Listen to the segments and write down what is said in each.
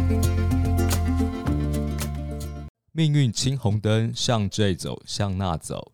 命运青红灯，向这走，向那走。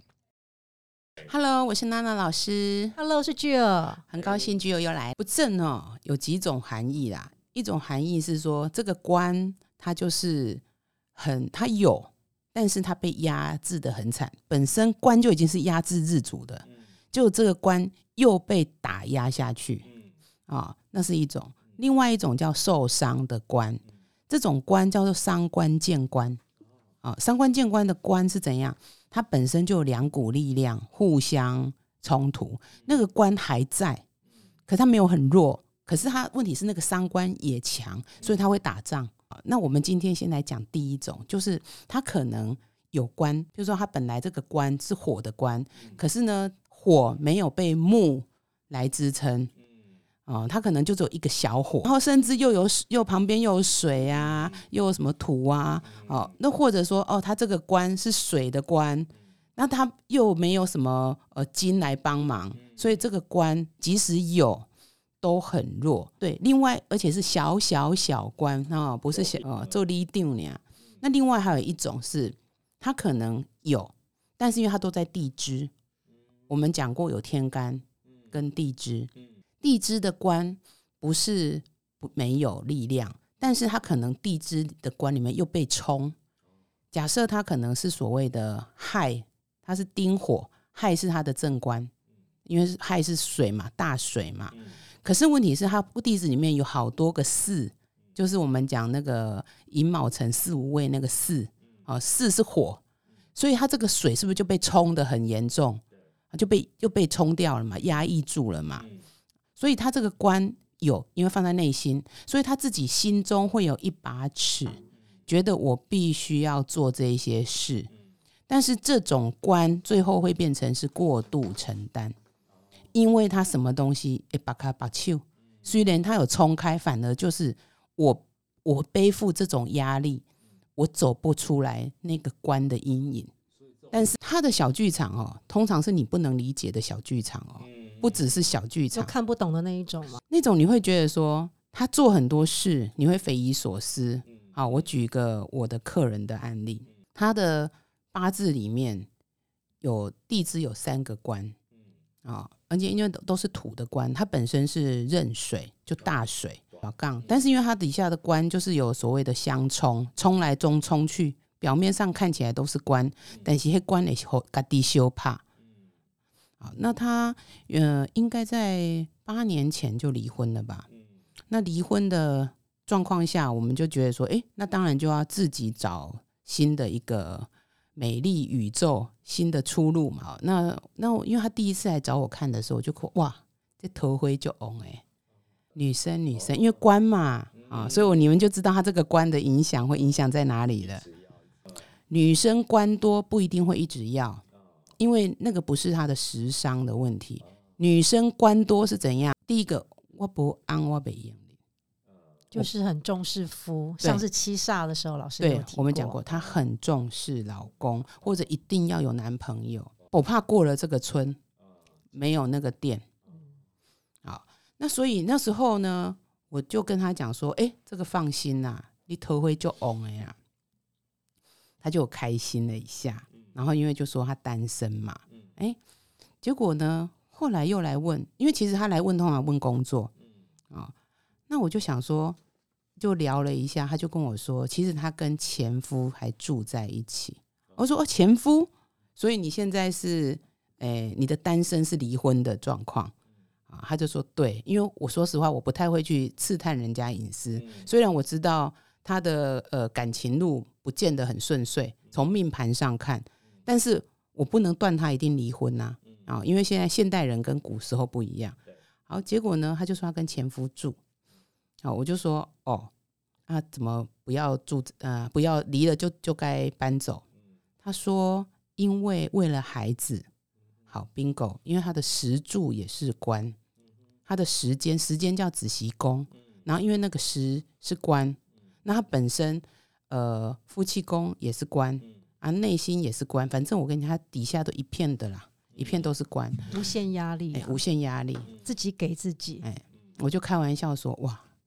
Hello， 我是娜娜老师。 Hello， 是巨儿， 很高兴巨儿又来。不正哦，有几种含义啦。一种含义是说，这个官它就是它有，但是它被压制得很惨。本身官就已经是压制日主的，就这个官又被打压下去，那是一种。另外一种叫受伤的官，这种官叫做伤官见官。伤官见官的官是怎样？它本身就有两股力量互相冲突，那个官还在，可它没有很弱，可是它问题是那个伤官也强，所以它会打仗。那我们今天先来讲第一种，就是它可能有官，比如说它本来这个官是火的官，可是呢火没有被木来支撑，它可能就只有一个小火，然后甚至又旁边又有水啊，又有什么土啊，那或者说它这个官是水的官，那它又没有什么金来帮忙，所以这个官即使有都很弱。对，另外而且是小官不是做里长呢。那另外还有一种是它可能有，但是因为它都在地支，我们讲过有天干跟地支。地支的官不是没有力量，但是他可能地支的官里面又被冲。假设他可能是所谓的亥，他是丁火，亥是他的正官，因为亥是水嘛，大水嘛。可是问题是他地支里面有好多个巳，就是我们讲那个寅卯辰巳午未那个巳，巳是火，所以他这个水是不是就被冲得很严重，就被冲掉了嘛，压抑住了嘛。所以他这个官有，因为放在内心，所以他自己心中会有一把尺，觉得我必须要做这些事。但是这种官最后会变成是过度承担，因为他什么东西把它把手，虽然他有冲开，反而就是我背负这种压力，我走不出来那个官的阴影。但是他的小剧场通常是你不能理解的小剧场不只是小剧场， 就看不懂的那一种嘛。 那种你会觉得说他做很多事，你会匪夷所思。好，我举一个我的客人的案例，他的八字里面有地支有3个官而且因为都是土的官，他本身是壬水，就大水小杠，但是因为他底下的官就是有所谓的相冲，冲来中冲去，表面上看起来都是官，但是那官也是自己相怕。那他应该在8年前就离婚了吧。那离婚的状况下，我们就觉得说那当然就要自己找新的一个美丽宇宙新的出路嘛。那因为他第一次来找我看的时候，我就哇，这头灰就红女生因为官嘛所以你们就知道他这个官的影响会影响在哪里了。女生官多不一定会一直要，因为那个不是他的时伤的问题。女生官多是怎样？第一个，我不安我不用， 就是很重视夫。上次七煞的时候，老师有提过， 对，我们讲过，她很重视老公，或者一定要有男朋友。我怕过了这个村没有那个店。好，那所以那时候呢，我就跟他讲说，这个放心啦，你头会就红了呀。他就开心了一下，然后因为就说他单身嘛，结果呢后来又来问，因为其实他来问通常问工作那我就想说就聊了一下，他就跟我说其实他跟前夫还住在一起。我说前夫，所以你现在是你的单身是离婚的状况他就说对，因为我说实话我不太会去刺探人家隐私，虽然我知道他的感情路不见得很顺遂，从命盘上看，但是我不能断他一定离婚因为现在现代人跟古时候不一样。好，结果呢他就说他跟前夫住，我就说怎么不要住不要离了就该搬走。他说因为为了孩子。好 bingo， 因为他的时柱也是官，他的时间叫子息宫，然后因为那个时是官，那他本身夫妻宫也是官内心也是官，反正我跟你讲他底下都一片的啦，一片都是官， 无限压力无限压力自己给自己我就开玩笑说哇，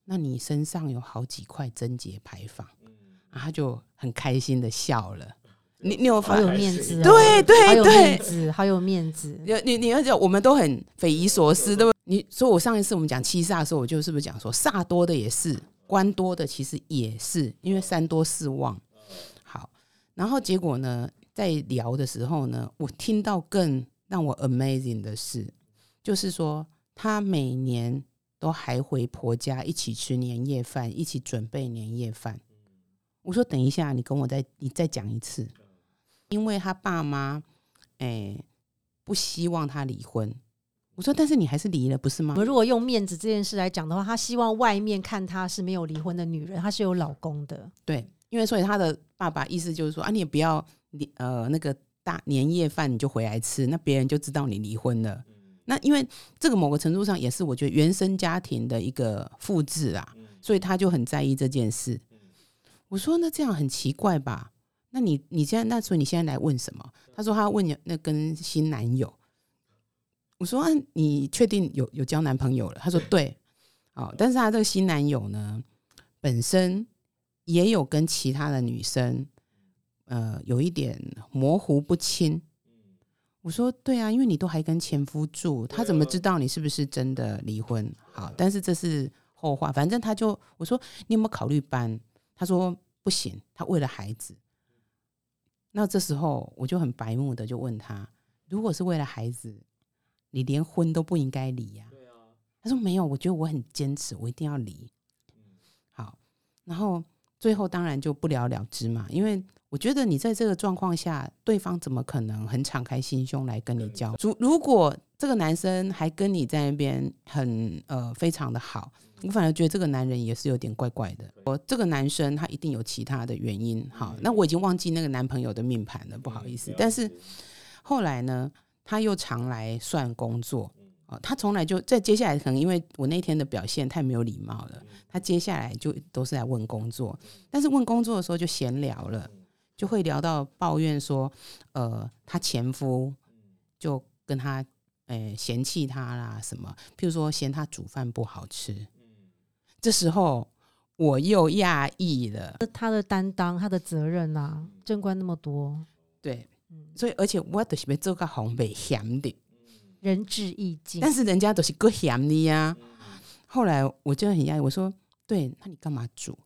那你身上有好几块贞节牌坊，他就很开心的笑了。你有好有面子、哦， 对对好有面对， 子，好有面子。 你要讲，我们都很匪夷所思，对不对？你说我上一次我们讲七煞的时候，我就是不是讲说煞多的也是，官多的其实也是，因为三多四旺。好，然后结果呢，在聊的时候呢，我听到更让我 amazing 的事，就是说她每年都还回婆家一起吃年夜饭，一起准备年夜饭。我说等一下，你再讲一次。因为他爸妈不希望他离婚。我说但是你还是离了不是吗？ 我们如果用面子这件事来讲的话，他希望外面看他是没有离婚的女人，她是有老公的。 对，因为所以他的爸爸意思就是说你也不要那个大年夜饭你就回来吃，那别人就知道你离婚了。那因为这个某个程度上也是我觉得原生家庭的一个复制啊，所以他就很在意这件事。我说那这样很奇怪吧，那你现在那所以你现在来问什么？他说他要问那跟新男友。我说你确定有交男朋友了？他说对。但是他这个新男友呢本身也有跟其他的女生有一点模糊不清。我说对啊，因为你都还跟前夫住，他怎么知道你是不是真的离婚？好，但是这是后话，反正我说你有没有考虑搬？他说不行，他为了孩子。那这时候我就很白目的就问他，如果是为了孩子，你连婚都不应该离啊。他说没有，我觉得我很坚持，我一定要离。好，然后最后当然就不了了之嘛，因为我觉得你在这个状况下，对方怎么可能很敞开心胸来跟你交？如果这个男生还跟你在那边很非常的好，我反而觉得这个男人也是有点怪怪的。这个男生他一定有其他的原因。好，那我已经忘记那个男朋友的命盘了，不好意思。但是后来呢，他又常来算工作。他从来就在接下来可能因为我那天的表现太没有礼貌了，他接下来就都是来问工作。但是问工作的时候就闲聊了，就会聊到抱怨说他前夫就跟他嫌弃他啦什么，譬如说嫌他煮饭不好吃。这时候我又讶异了， 他的担当他的责任啊，正官那么多。 对，所以而且我就是要做到红白咸的， 仁至义尽， 但是人家都是够咸的呀。后来我就很讶异，我说对，那你干嘛煮？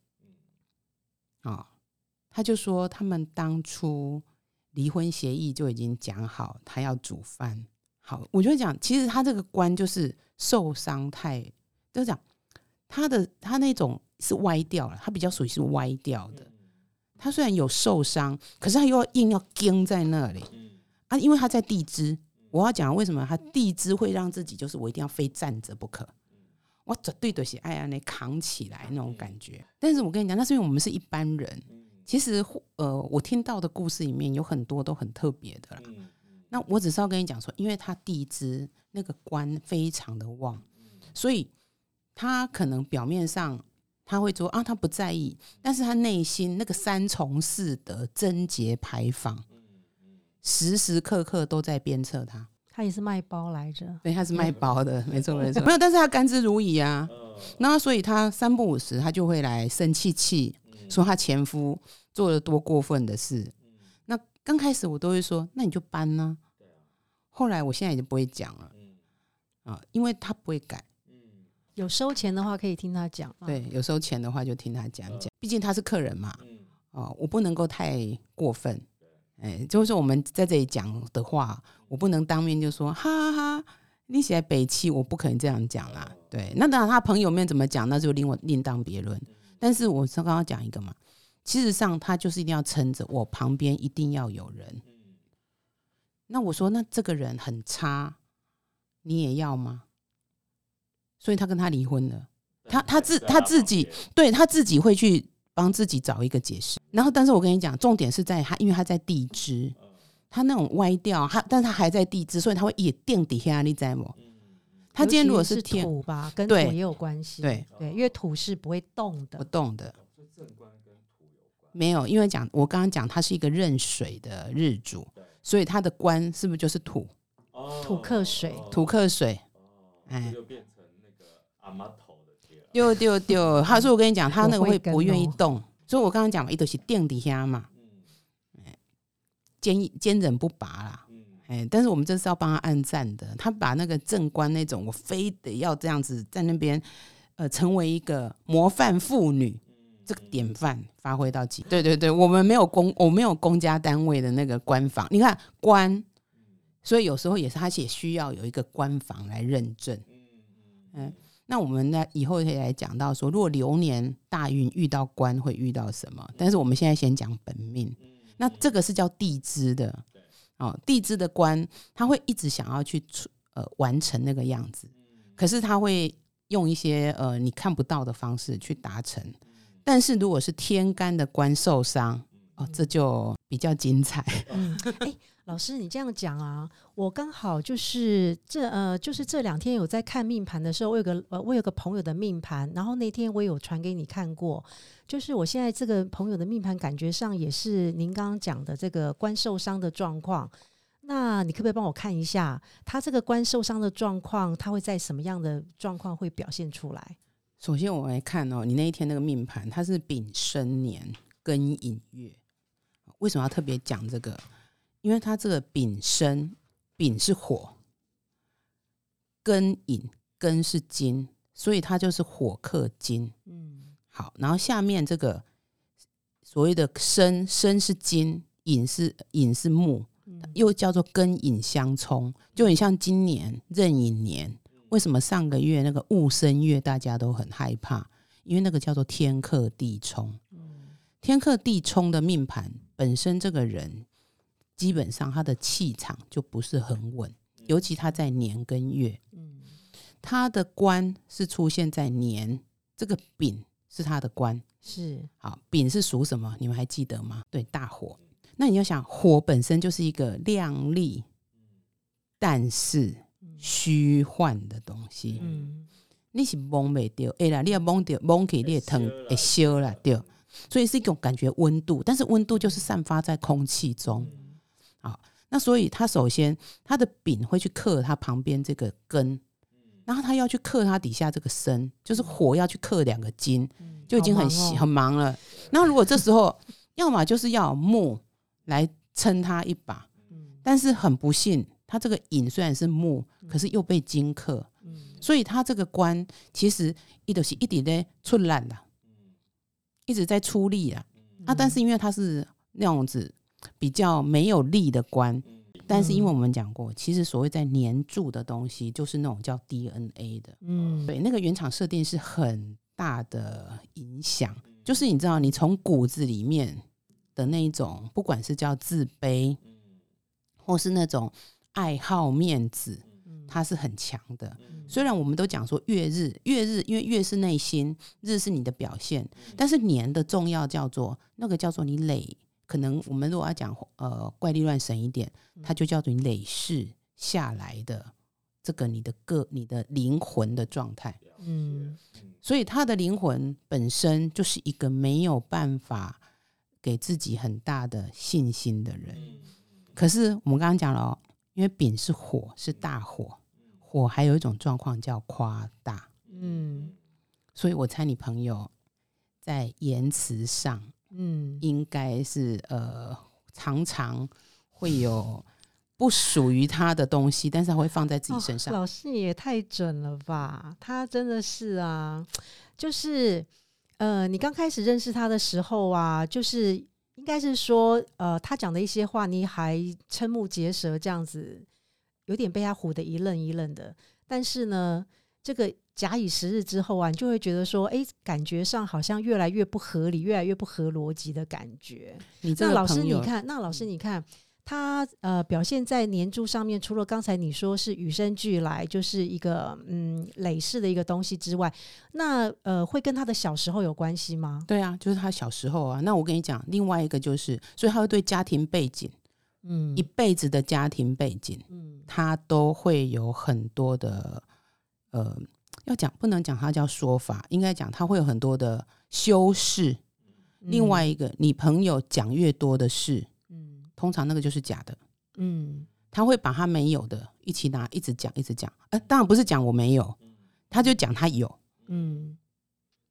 他就说他们当初离婚协议就已经讲好他要煮饭。好，我就讲其实他这个官就是受伤太，就讲他那种是歪掉了，他比较属于是歪掉的。他虽然有受伤，可是他又要硬要盯在那里因为他在地支。我要讲为什么他地支会让自己就是我一定要非站着不可，我绝对就是爱让你扛起来那种感觉。但是我跟你讲，那是因为我们是一般人。其实我听到的故事里面有很多都很特别的啦。那我只是要跟你讲说，因为他地支那个官非常的旺，所以他可能表面上他会说他不在意，但是他内心那个三从四德贞节牌坊时时刻刻都在鞭策他。 他也是卖包来着， 对，他是卖包的，没错没错。没有，但是他甘之如饴啊。那所以他三不五时他就会来生气，说他前夫做了多过分的事。那刚开始我都会说，那你就搬啊。后来我现在已经不会讲了因为他不会改。 有收钱的话可以听他讲对，有收钱的话就听他讲讲，毕竟他是客人嘛。我不能够太过分。就是说我们在这里讲的话，我不能当面就说哈哈哈你写北七，我不可能这样讲啦。对，那当然他朋友们怎么讲那就另当别论。但是我刚刚讲一个嘛，事实上他就是一定要撑着，我旁边一定要有人。那我说那这个人很差，你也要吗？所以他跟他离婚了。他自己对他自己会去帮自己找一个解释。然后但是我跟你讲，重点是在他，因为他在地支，他那种歪掉但是他还在地支，所以他会也垫底下，你知道吗？他今天如果是天土吧，跟土也有关系。 对， 因为土是不会动的， 不动的。没有，因为我刚刚讲他是一个壬水的日主，所以他的官是不是就是土？ 土克水， 土克水。 就变成那个阿妈头的对，他说我跟你讲，他那个会不愿意我会动，所以我刚刚讲嘛，他就是定底下嘛，坚韧不拔啦。但是我们这是要帮他按赞的，他把那个正官那种我非得要这样子在那边成为一个模范妇女，这个典范发挥到极。对，我没有公家单位的那个官房，你看官，所以有时候也是他也需要有一个官房来认证。那我们呢以后可以来讲到说，如果流年大运遇到官会遇到什么，但是我们现在先讲本命。那这个是叫地支的。地支的官他会一直想要去完成那个样子，可是他会用一些你看不到的方式去达成。但是如果是天干的官受伤，这就比较精彩。 老师你这样讲啊，我刚好就是这2天有在看命盘的时候，我有个朋友的命盘，然后那天我有传给你看过，就是我现在这个朋友的命盘感觉上也是您刚刚讲的这个官受伤的状况。那你可不可以帮我看一下他这个官受伤的状况，他会在什么样的状况会表现出来？ 首先我来看你那一天那个命盘，它是丙申年庚寅月。为什么要特别讲这个？因为它这个丙申，丙是火，庚寅，庚是金，所以它就是火克金。好，然后下面这个所谓的申是金，寅是木，又叫做庚寅相冲，就很像今年壬寅年。为什么上个月那个戊申月大家都很害怕？因为那个叫做天克地冲。天克地冲的命盘本身，这个人基本上他的气场就不是很稳，尤其他在年跟月。他的官是出现在年，这个丙是他的官。 是， 好，丙是属什么？你们还记得吗？对，大火。那你要想，火本身就是一个亮丽但是虚幻的东西。你是蒙不到，啦，你要蒙到，蒙起你的疼会烧啦，对。所以是一种感觉温度，但是温度就是散发在空气中。好，那所以他首先他的丙会去克他旁边这个庚，然后他要去克他底下这个申，就是火要去克2个金，就已经很忙了。那如果这时候要么就是要有木来撑他一把，但是很不幸，他这个寅虽然是木，可是又被金克，所以他这个官其实他就是一直在出力啦，一直在出力啦。但是因为他是那种子比较没有力的官，但是因为我们讲过，其实所谓在黏住的东西就是那种叫 DNA 的。对，那个原厂设定是很大的影响。就是你知道，你从骨子里面的那一种，不管是叫自卑，或是那种爱好面子，它是很强的。虽然我们都讲说月日，因为月是内心，日是你的表现，但是年的重要叫做那个叫做你累，可能我们如果要讲怪力乱神一点，它就叫做你累世下来的这个你的灵魂的状态。所以他的灵魂本身就是一个没有办法给自己很大的信心的人。可是我们刚刚讲了因为丙是火，是大火，火还有一种状况叫夸大。所以我猜你朋友在言辞上应该是常常会有不属于他的东西，但是他会放在自己身上。 老师你也太准了吧，他真的是啊，就是你刚开始认识他的时候啊，就是应该是说他讲的一些话你还瞠目结舌这样子，有点被他唬得一愣一愣的。但是呢这个假以时日之后啊，你就会觉得说感觉上好像越来越不合理，越来越不合逻辑的感觉。那老师你看他表现在年柱上面，除了刚才你说是与生俱来就是一个累世的一个东西之外，那会跟他的小时候有关系吗？ 对啊，就是他小时候啊。那我跟你讲另外一个就是，所以他会对家庭背景一辈子的家庭背景他都会有很多的要讲不能讲他叫说法，应该讲他会有很多的修饰。另外一个，你朋友讲越多的事通常那个就是假的。他会把他没有的一起拿一直讲一直讲，当然不是讲我没有，他就讲他有。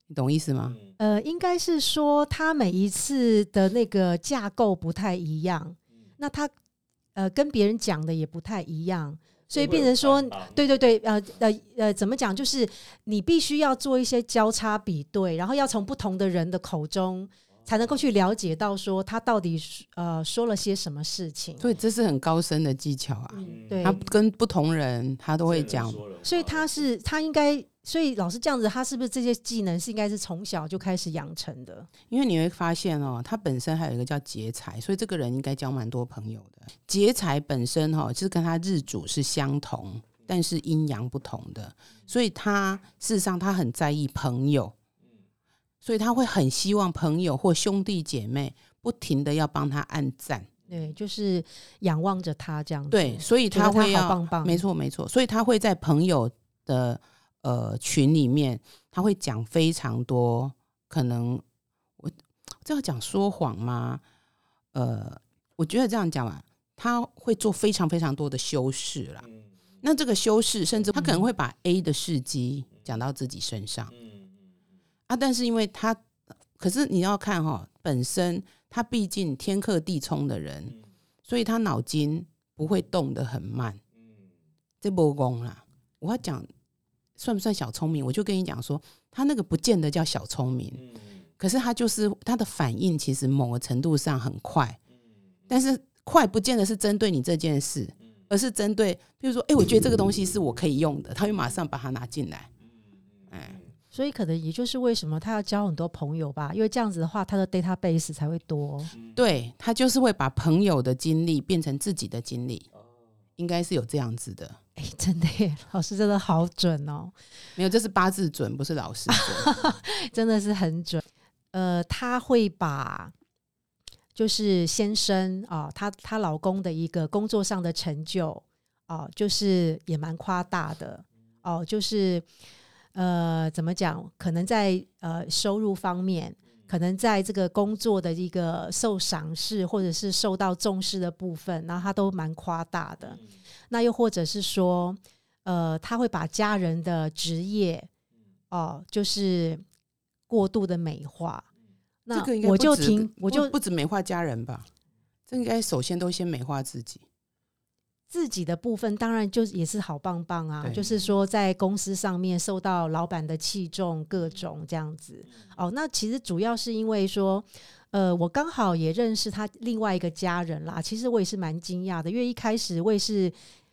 你懂意思吗？ 应该是说他每一次的那个架构不太一样，那他跟别人讲的也不太一样，所以变成说，对对对，怎么讲？就是你必须要做一些交叉比对，然后要从不同的人的口中才能够去了解到说他到底说了些什么事情。 所以这是很高深的技巧啊。 对， 他跟不同人他都会讲， 所以他应该，所以老师这样子，他是不是这些技能是应该是从小就开始养成的？ 因为你会发现哦，他本身还有一个叫劫财，所以这个人应该交蛮多朋友的。劫财本身就是跟他日主是相同，但是阴阳不同的，所以他事实上他很在意朋友，所以他会很希望朋友或兄弟姐妹不停的要帮他按赞。 对，就是仰望着他这样子。 对，所以他会要， 好棒棒， 没错没错，所以他会在朋友的群里面，他会讲非常多，可能我这要讲说谎吗？我觉得这样讲吧，他会做非常非常多的修饰啦。那这个修饰，甚至他可能会把 A 的事迹讲到自己身上。但是因为他，可是你要看本身他毕竟天克地冲的人，所以他脑筋不会动得很慢。这没功啦，我要讲算不算小聪明，我就跟你讲说，他那个不见得叫小聪明，可是他就是他的反应其实某个程度上很快，但是快不见得是针对你这件事，而是针对比如说我觉得这个东西是我可以用的，他会马上把它拿进来。 所以可能也就是为什么他要交很多朋友吧，因为这样子的话他的 database 才会多。 对，他就是会把朋友的经历变成自己的经历，应该是有这样子的。 真的耶，老师真的好准哦。 没有，这是八字准，不是老师准。 真的是很准。他会把就是先生她老公的一个工作上的成就就是也蛮夸大的就是怎么讲？可能在收入方面，可能在这个工作的一个受赏识或者是受到重视的部分，然后他都蛮夸大的。那又或者是说，他会把家人的职业就是过度的美化。那这个应该我就不止美化家人吧？这应该首先都先美化自己。 自己的部分当然就也是好棒棒啊，就是说在公司上面受到老板的器重各种这样子。那其实主要是因为说我刚好也认识他另外一个家人啦，其实我也是蛮惊讶的，因为一开始我也是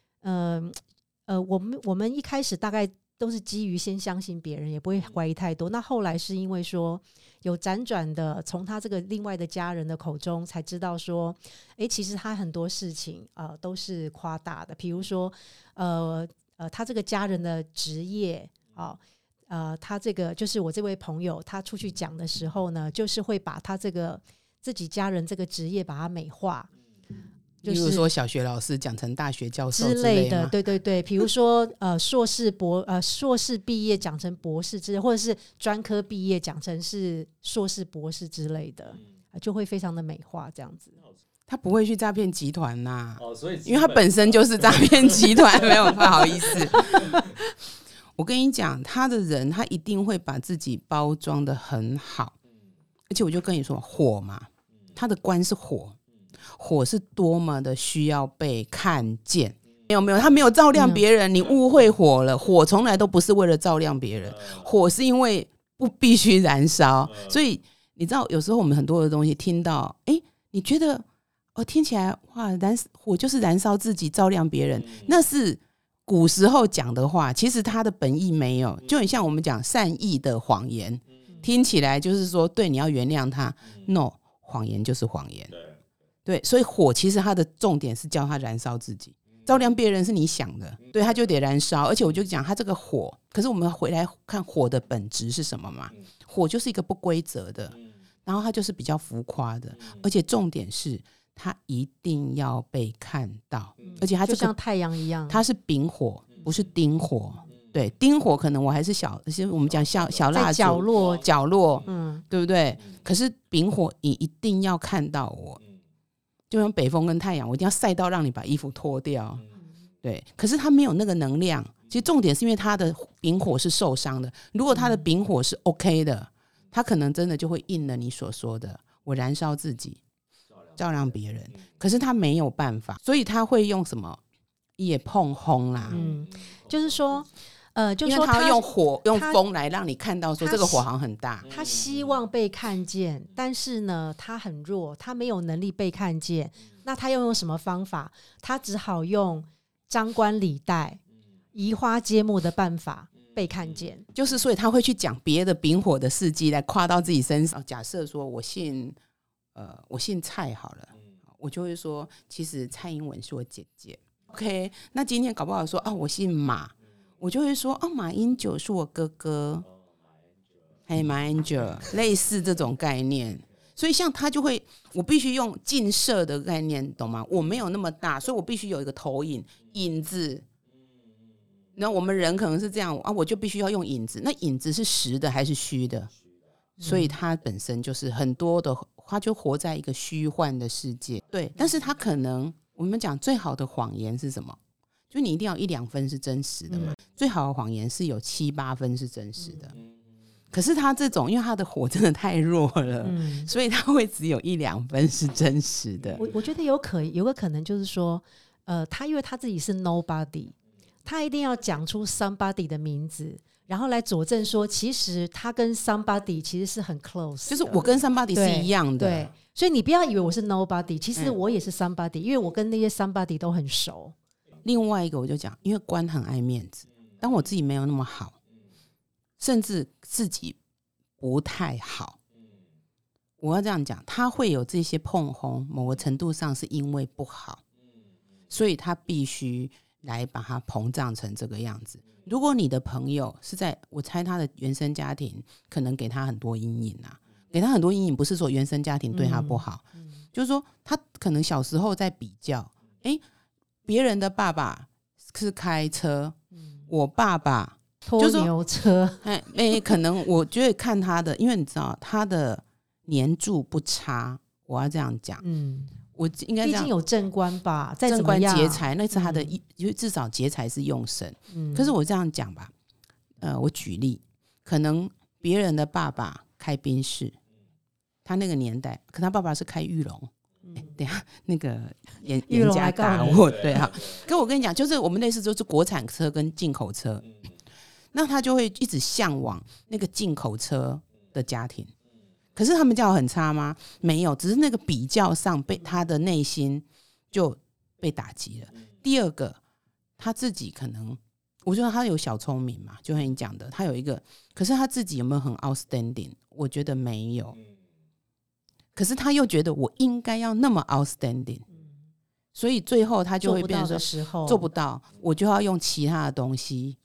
我们一开始大概都是基于先相信别人，也不会怀疑太多。那后来是因为说有辗转的从他这个另外的家人的口中才知道说，其实他很多事情都是夸大的。比如说他这个家人的职业他这个就是我这位朋友，他出去讲的时候呢，就是会把他这个自己家人这个职业把它美化。 比如说小学老师讲成大学教授之类的，对对对，比如说硕士毕业讲成博士之类，或者是专科毕业讲成是硕士博士之类的，就会非常的美化这样子。 他不会去诈骗集团呐， 所以因为他本身就是诈骗集团，没有不好意思。我跟你讲，他的人他一定会把自己包装得很好，而且我就跟你说，火嘛，他的官是火。火是多么的需要被看见，没有他没有照亮别人，你误会火了。火从来都不是为了照亮别人，火是因为不必须燃烧。所以你知道有时候我们很多的东西听到你觉得听起来哇，火就是燃烧自己照亮别人，那是古时候讲的话，其实它的本意没有，就很像我们讲善意的谎言，听起来就是说对你要原谅他， no， 谎言就是谎言。对，所以火其实它的重点是叫它燃烧自己，照亮别人是你想的，对，它就得燃烧。而且我就讲它这个火，可是我们回来看火的本质是什么嘛？火就是一个不规则的，然后它就是比较浮夸的，而且重点是它一定要被看到，而且它就像太阳一样， 它是丙火，不是丁火。对，丁火可能我还是我们讲小蜡烛角落，对不对？可是丙火你一定要看到我。就像北风跟太阳，我一定要晒到让你把衣服脱掉，对。可是他没有那个能量，其实重点是因为他的丙火是受伤的。如果他的丙火是 OK 的， 他可能真的就会应了你所说的，我燃烧自己照亮别人，可是他没有办法，所以他会用什么也碰轰啦， 就是说就是说因为他用火用风来让你看到说这个火好像很大， 他希望被看见，但是呢他很弱，他没有能力被看见，那他要用什么方法？他只好用张冠李戴移花接木的办法被看见， 就是所以他会去讲别的丙火的事迹来跨到自己身上。假设说我姓蔡好了，我就会说其实蔡英文是我姐姐 OK， 那今天搞不好说我姓马，我就会说马英九是我哥哥，马英九类似这种概念。所以像他就会，我必须用近摄的概念，懂吗？我没有那么大，所以我必须有一个投影影子。那我们人可能是这样我就必须要用影子，那影子是实的还是虚的？所以他本身就是很多的，他就活在一个虚幻的世界。对，但是他可能我们讲最好的谎言是什么？就你一定要1-2分是真实的嘛，最好的谎言是有7-8分是真实的。可是他这种因为他的火真的太弱了，所以他会只有1-2分是真实的。 我觉得有个可能就是说他因为他自己是 nobody， 他一定要讲出 somebody 的名字，然后来佐证说其实他跟 somebody 其实是很 close 的， 就是我跟 somebody 是一样的。 对，所以你不要以为我是 nobody， 其实我也是 somebody，因为我跟那些 somebody 都很熟。 另外一个我就讲，因为官很爱面子，当我自己没有那么好，甚至自己不太好，我要这样讲，他会有这些碰轰，某个程度上是因为不好，所以他必须来把它膨胀成这个样子。如果你的朋友是在，我猜他的原生家庭可能给他很多阴影给他很多阴影，不是说原生家庭对他不好，就是说他可能小时候在比较，别人的爸爸是开车，我爸爸拖牛车， 可能我觉得看他的，因为你知道他的年柱不差，我要这样讲，我应该这样， 毕竟有正官吧，再正官怎么样劫财，那是他的，至少劫财是用神。可是我这样讲吧，我举例，可能别人的爸爸开宾士，他那个年代，可他爸爸是开裕隆。等一下那个严家打我，对哈。可我跟你讲，就是我们类似就是国产车跟进口车，那他就会一直向往那个进口车的家庭。可是他们家很差吗？没有，只是那个比较上被他的内心就被打击了。第二个，他自己可能，我觉得他有小聪明嘛，就像你讲的，他有一个，可是他自己有没有很 outstanding？ 我觉得没有。可是他又觉得我应该要那么 outstanding，所以最后他就会变成说做不到，我就要用其他的东西。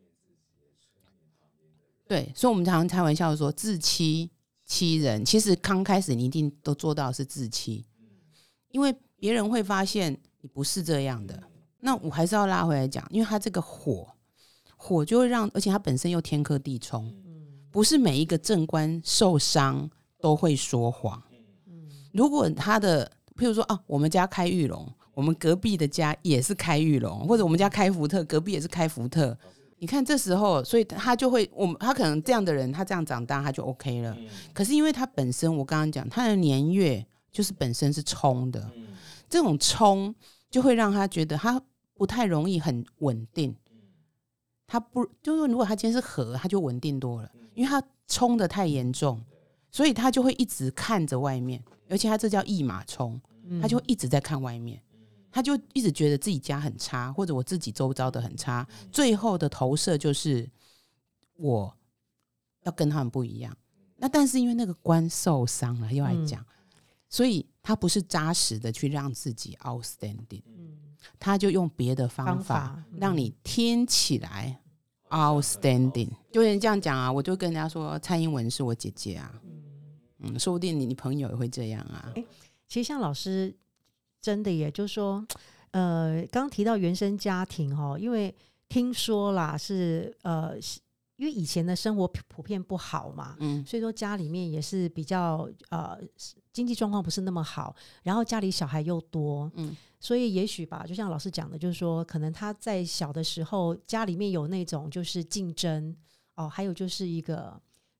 对，所以我们常常开玩笑说自欺欺人，其实刚开始你一定都做到的是自欺，因为别人会发现你不是这样的。那我还是要拉回来讲，因为他这个火就会让，而且他本身又天克地冲，不是每一个正官受伤都会说谎。如果他的譬如说我们家开裕隆，我们隔壁的家也是开裕隆，或者我们家开福特，隔壁也是开福特，你看这时候，所以他就会，他可能这样的人，他这样长大他就 OK 了。可是因为他本身，我刚刚讲他的年月就是本身是冲的，这种冲就会让他觉得他不太容易很稳定。他不就是如果他今天是合，他就稳定多了，因为他冲的太严重，所以他就会一直看着外面。而且他这叫驿马冲，他就一直在看外面，他就一直觉得自己家很差，或者我自己周遭的很差，最后的投射就是我要跟他们不一样。那但是因为那个官受伤了，又来讲，所以他不是扎实的去让自己 outstanding，他就用别的方法让你听起来 outstanding。就有人这样讲我就跟人家说蔡英文是我姐姐说不定你朋友也会这样其实像老师真的也就是说刚刚提到原生家庭因为听说啦是因为以前的生活普遍不好嘛，所以说家里面也是比较经济状况不是那么好，然后家里小孩又多，所以也许吧，就像老师讲的，就是说可能他在小的时候家里面有那种就是竞争还有就是一个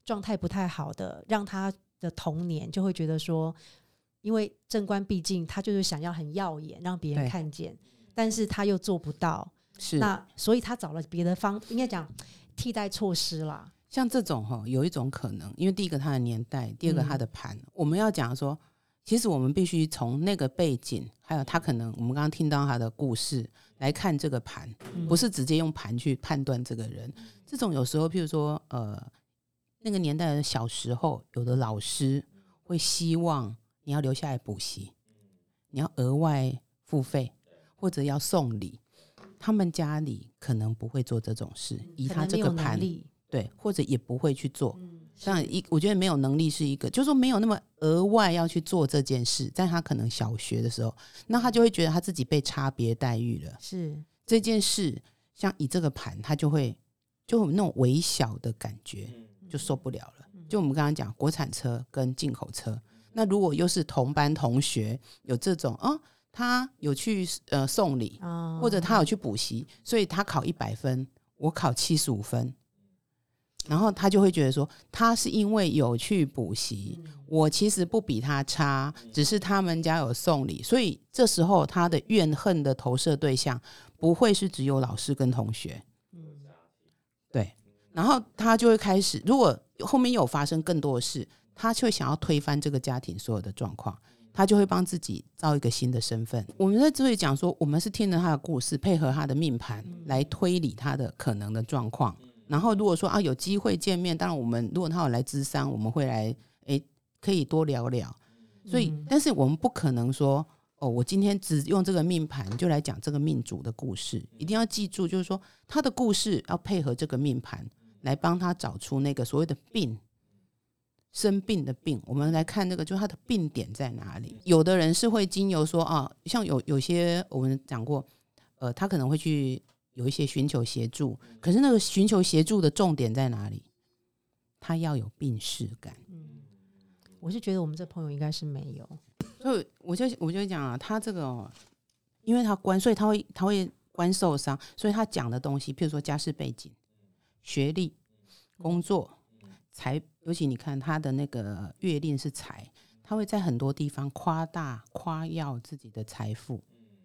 状态不太好的，让他的童年就会觉得说，因为正官毕竟他就是想要很耀眼，让别人看见，但是他又做不到， 是那所以他找了别的应该讲替代措施啦。 像这种有一种可能，因为第一个他的年代，第二个他的盘，我们要讲说，其实我们必须从那个背景，还有他可能我们刚刚听到他的故事来看这个盘，不是直接用盘去判断这个人。这种有时候譬如说那个年代的小时候，有的老师会希望你要留下来补习，你要额外付费或者要送礼，他们家里可能不会做这种事，以他这个盘，对，或者也不会去做。像我觉得没有能力是一个，就是说没有那么额外要去做这件事，在他可能小学的时候，那他就会觉得他自己被差别待遇了。 是这件事，像以这个盘，他就有那种微小的感觉，就受不了了。就我们刚刚讲国产车跟进口车，那如果又是同班同学有这种他有去送礼，或者他有去补习，所以他考100分，我考75分。然后他就会觉得说，他是因为有去补习，我其实不比他差，只是他们家有送礼，所以这时候他的怨恨的投射对象不会是只有老师跟同学，对。然后他就会开始，如果后面有发生更多的事，他就会想要推翻这个家庭所有的状况，他就会帮自己造一个新的身份。我们在这里讲说，我们是听着他的故事，配合他的命盘来推理他的可能的状况。然后如果说有机会见面，当然我们如果他有来咨商，我们会来可以多聊聊。所以但是我们不可能说我今天只用这个命盘就来讲这个命主的故事，一定要记住，就是说他的故事要配合这个命盘来帮他找出那个所谓的病，生病的病。我们来看那个，就是他的病点在哪里。有的人是会经由说像有些我们讲过他可能会去有一些寻求协助，可是那个寻求协助的重点在哪里？他要有病识感。 我是觉得我们这朋友应该是没有， 所以我就讲他这个因为他官，所以他会官受伤，所以他讲的东西，譬如说家世背景、学历、工作、财，尤其你看他的那个月令是财，他会在很多地方夸大夸耀自己的财富。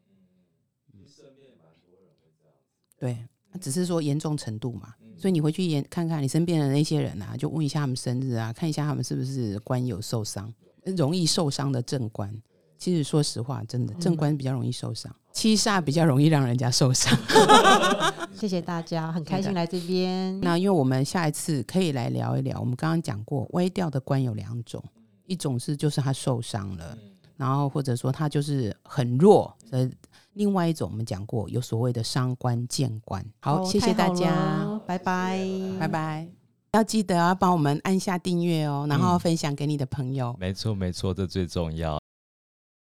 对，只是说严重程度嘛，所以你回去看看你身边的那些人就问一下他们生日看一下他们是不是官有受伤，容易受伤的正官。其实说实话，真的正官比较容易受伤，七煞比较容易让人家受伤。 谢谢大家，很开心来这边。 那因为我们下一次可以来聊一聊，我们刚刚讲过歪掉的官有2种，一种是就是他受伤了，然后或者说他就是很弱，另外一种我们讲过有所谓的伤官见官。好，谢谢大家， 拜拜拜拜。要记得帮我们按下订阅然后分享给你的朋友。 没错没错，这最重要。